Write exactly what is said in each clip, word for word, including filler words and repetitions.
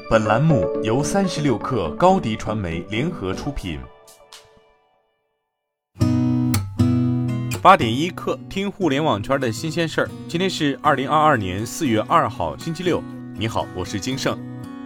本栏目由三十六氪高低传媒联合出品。八点一刻，听互联网圈的新鲜事儿。今天是二零二二年四月二号，星期六。你好，我是金盛。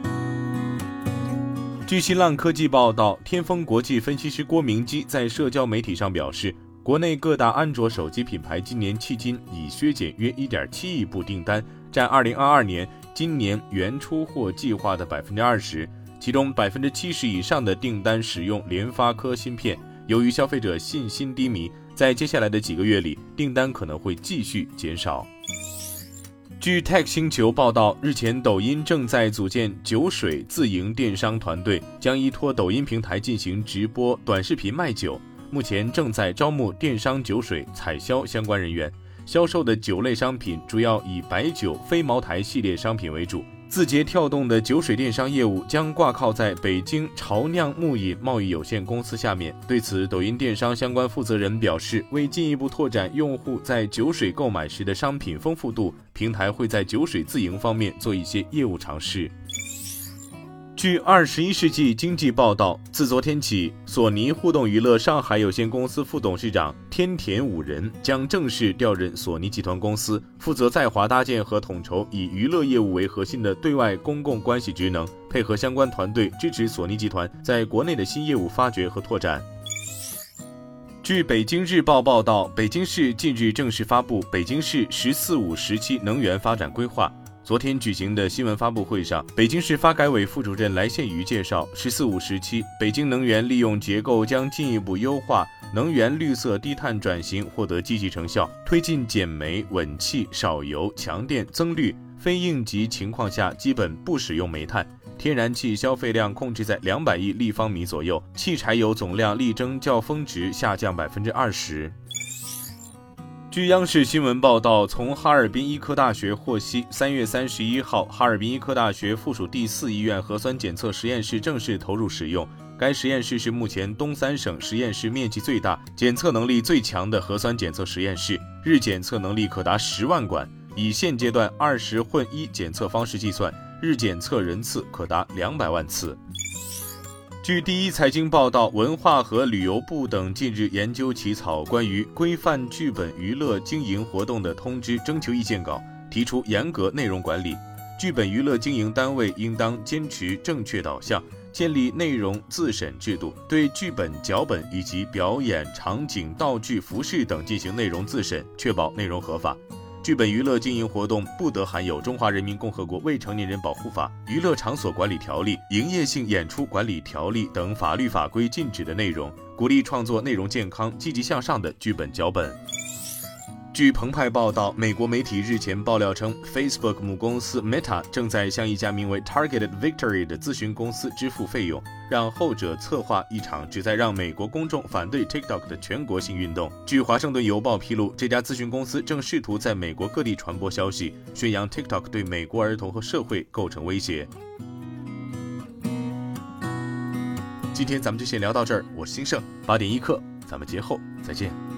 据新浪科技报道，天风国际分析师郭明基在社交媒体上表示，国内各大安卓手机品牌今年迄今已削减约 一点七亿部订单，占二零二二年今年原出货计划的 百分之二十， 其中 百分之七十 以上的订单使用联发科芯片。由于消费者信心低迷，在接下来的几个月里，订单可能会继续减少。据 Tech 星球报道，日前抖音正在组建酒水自营电商团队，将依托抖音平台进行直播短视频卖酒。目前正在招募电商酒水采销相关人员，销售的酒类商品主要以白酒、非茅台系列商品为主。字节跳动的酒水电商业务将挂靠在北京潮酿木饮贸易有限公司下面。对此，抖音电商相关负责人表示，为进一步拓展用户在酒水购买时的商品丰富度，平台会在酒水自营方面做一些业务尝试。据二十一世纪经济报道，自昨天起，索尼互动娱乐上海有限公司副董事长天田五人将正式调任索尼集团公司，负责在华搭建和统筹以娱乐业务为核心的对外公共关系职能，配合相关团队支持索尼集团在国内的新业务发掘和拓展。据北京日报报道，北京市近日正式发布北京市“十四五”时期能源发展规划。昨天举行的新闻发布会上，北京市发改委副主任来宪瑜介绍，十四五时期，北京能源利用结构将进一步优化，能源绿色低碳转型获得积极成效，推进减煤、稳气、少油、强电、增绿，非应急情况下基本不使用煤炭，天然气消费量控制在两百亿立方米左右，汽柴油总量力争较峰值下降 百分之二十。据央视新闻报道，从哈尔滨医科大学获悉，三月三十一号，哈尔滨医科大学附属第四医院核酸检测实验室正式投入使用。该实验室是目前东三省实验室面积最大、检测能力最强的核酸检测实验室，日检测能力可达十万管，以现阶段二十混一检测方式计算，日检测人次可达两百万次。据第一财经报道，文化和旅游部等近日研究起草关于规范剧本娱乐经营活动的通知征求意见稿，提出严格内容管理，剧本娱乐经营单位应当坚持正确导向，建立内容自审制度，对剧本、脚本以及表演、场景、道具、服饰等进行内容自审，确保内容合法。剧本娱乐经营活动不得含有《中华人民共和国未成年人保护法》、娱乐场所管理条例、营业性演出管理条例等法律法规禁止的内容，鼓励创作内容健康、积极向上的剧本脚本。据澎湃报道，美国媒体日前爆料称 ，Facebook 母公司 Meta 正在向一家名为 Targeted Victory 的咨询公司支付费用，让后者策划一场旨在让美国公众反对 TikTok 的全国性运动。据华盛顿邮报披露，这家咨询公司正试图在美国各地传播消息，宣扬 TikTok 对美国儿童和社会构成威胁。今天咱们就先聊到这儿，我是兴盛，八点一刻，咱们节后再见。